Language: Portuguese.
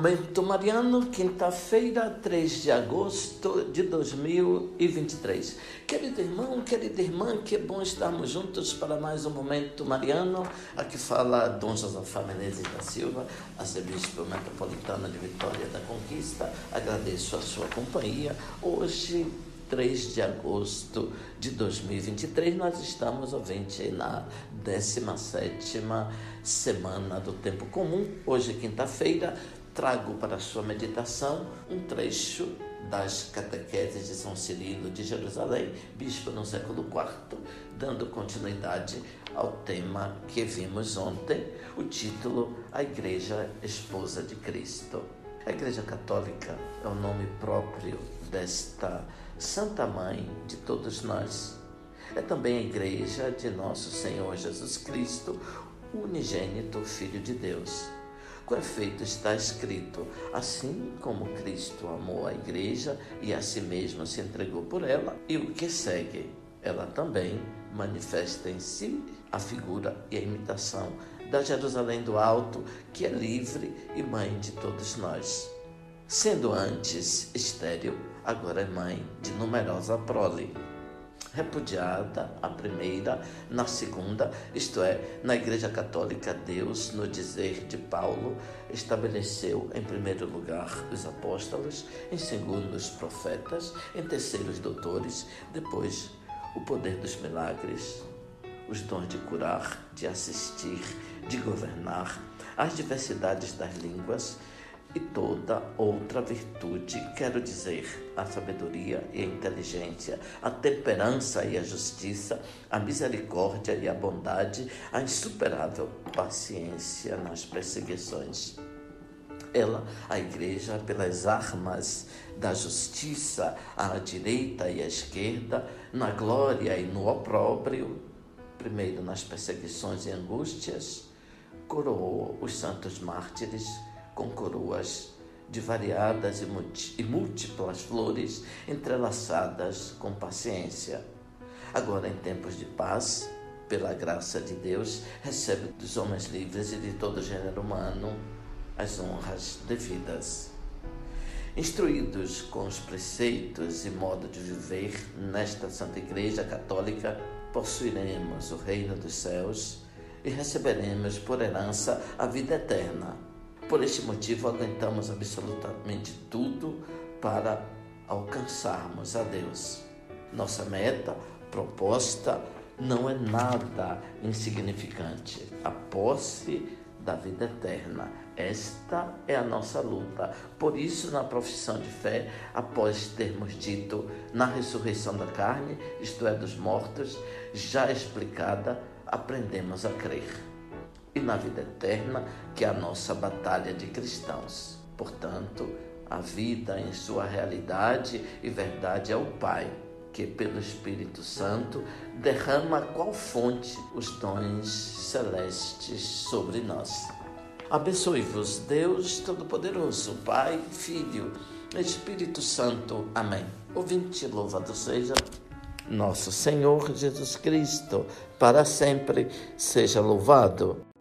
Momento Mariano, quinta-feira, 3 de agosto de 2023. Querido irmão, querida irmã, que bom estarmos juntos para mais um Momento Mariano. Aqui fala Dom Josafá Menezes da Silva, arcebispo metropolitano de Vitória da Conquista. Agradeço a sua companhia. Hoje, 3 de agosto de 2023, nós estamos, ouvinte, na 17ª semana do Tempo Comum. Hoje, quinta-feira, trago para a sua meditação um trecho das catequeses de São Cirilo de Jerusalém, bispo no século IV, dando continuidade ao tema que vimos ontem, o título A Igreja Esposa de Cristo. A Igreja Católica é o nome próprio desta Santa Mãe de todos nós. É também a Igreja de Nosso Senhor Jesus Cristo, o unigênito Filho de Deus. Com efeito está escrito: assim como Cristo amou a Igreja e a si mesmo se entregou por ela, e o que segue, ela também manifesta em si a figura e a imitação da Jerusalém do Alto, que é livre e mãe de todos nós. Sendo antes estéril, agora é mãe de numerosa prole. Repudiada a primeira, na segunda, isto é, na Igreja Católica, Deus, no dizer de Paulo, estabeleceu em primeiro lugar os apóstolos, em segundo os profetas, em terceiro os doutores, depois o poder dos milagres, os dons de curar, de assistir, de governar, as diversidades das línguas e toda outra virtude, quero dizer, a sabedoria e a inteligência, a temperança e a justiça, a misericórdia e a bondade, a insuperável paciência nas perseguições. Ela, a Igreja, pelas armas da justiça, à direita e à esquerda, na glória e no opróbrio, primeiro nas perseguições e angústias, coroou os santos mártires com coroas de variadas e múltiplas flores entrelaçadas com paciência. Agora, em tempos de paz, pela graça de Deus, recebe dos homens livres e de todo o gênero humano as honras devidas. Instruídos com os preceitos e modo de viver nesta Santa Igreja Católica, possuiremos o reino dos céus e receberemos por herança a vida eterna. Por este motivo, aguentamos absolutamente tudo para alcançarmos a Deus. Nossa meta, proposta, não é nada insignificante. A posse da vida eterna. Esta é a nossa luta. Por isso, na profissão de fé, após termos dito na ressurreição da carne, isto é, dos mortos, já explicada, aprendemos a crer. E na vida eterna, que é a nossa batalha de cristãos. Portanto, a vida em sua realidade e verdade é o Pai, que pelo Espírito Santo derrama qual fonte os dons celestes sobre nós. Abençoe-vos Deus Todo-Poderoso, Pai, Filho, Espírito Santo. Amém. Ouvinte, louvado seja nosso Senhor Jesus Cristo, para sempre seja louvado.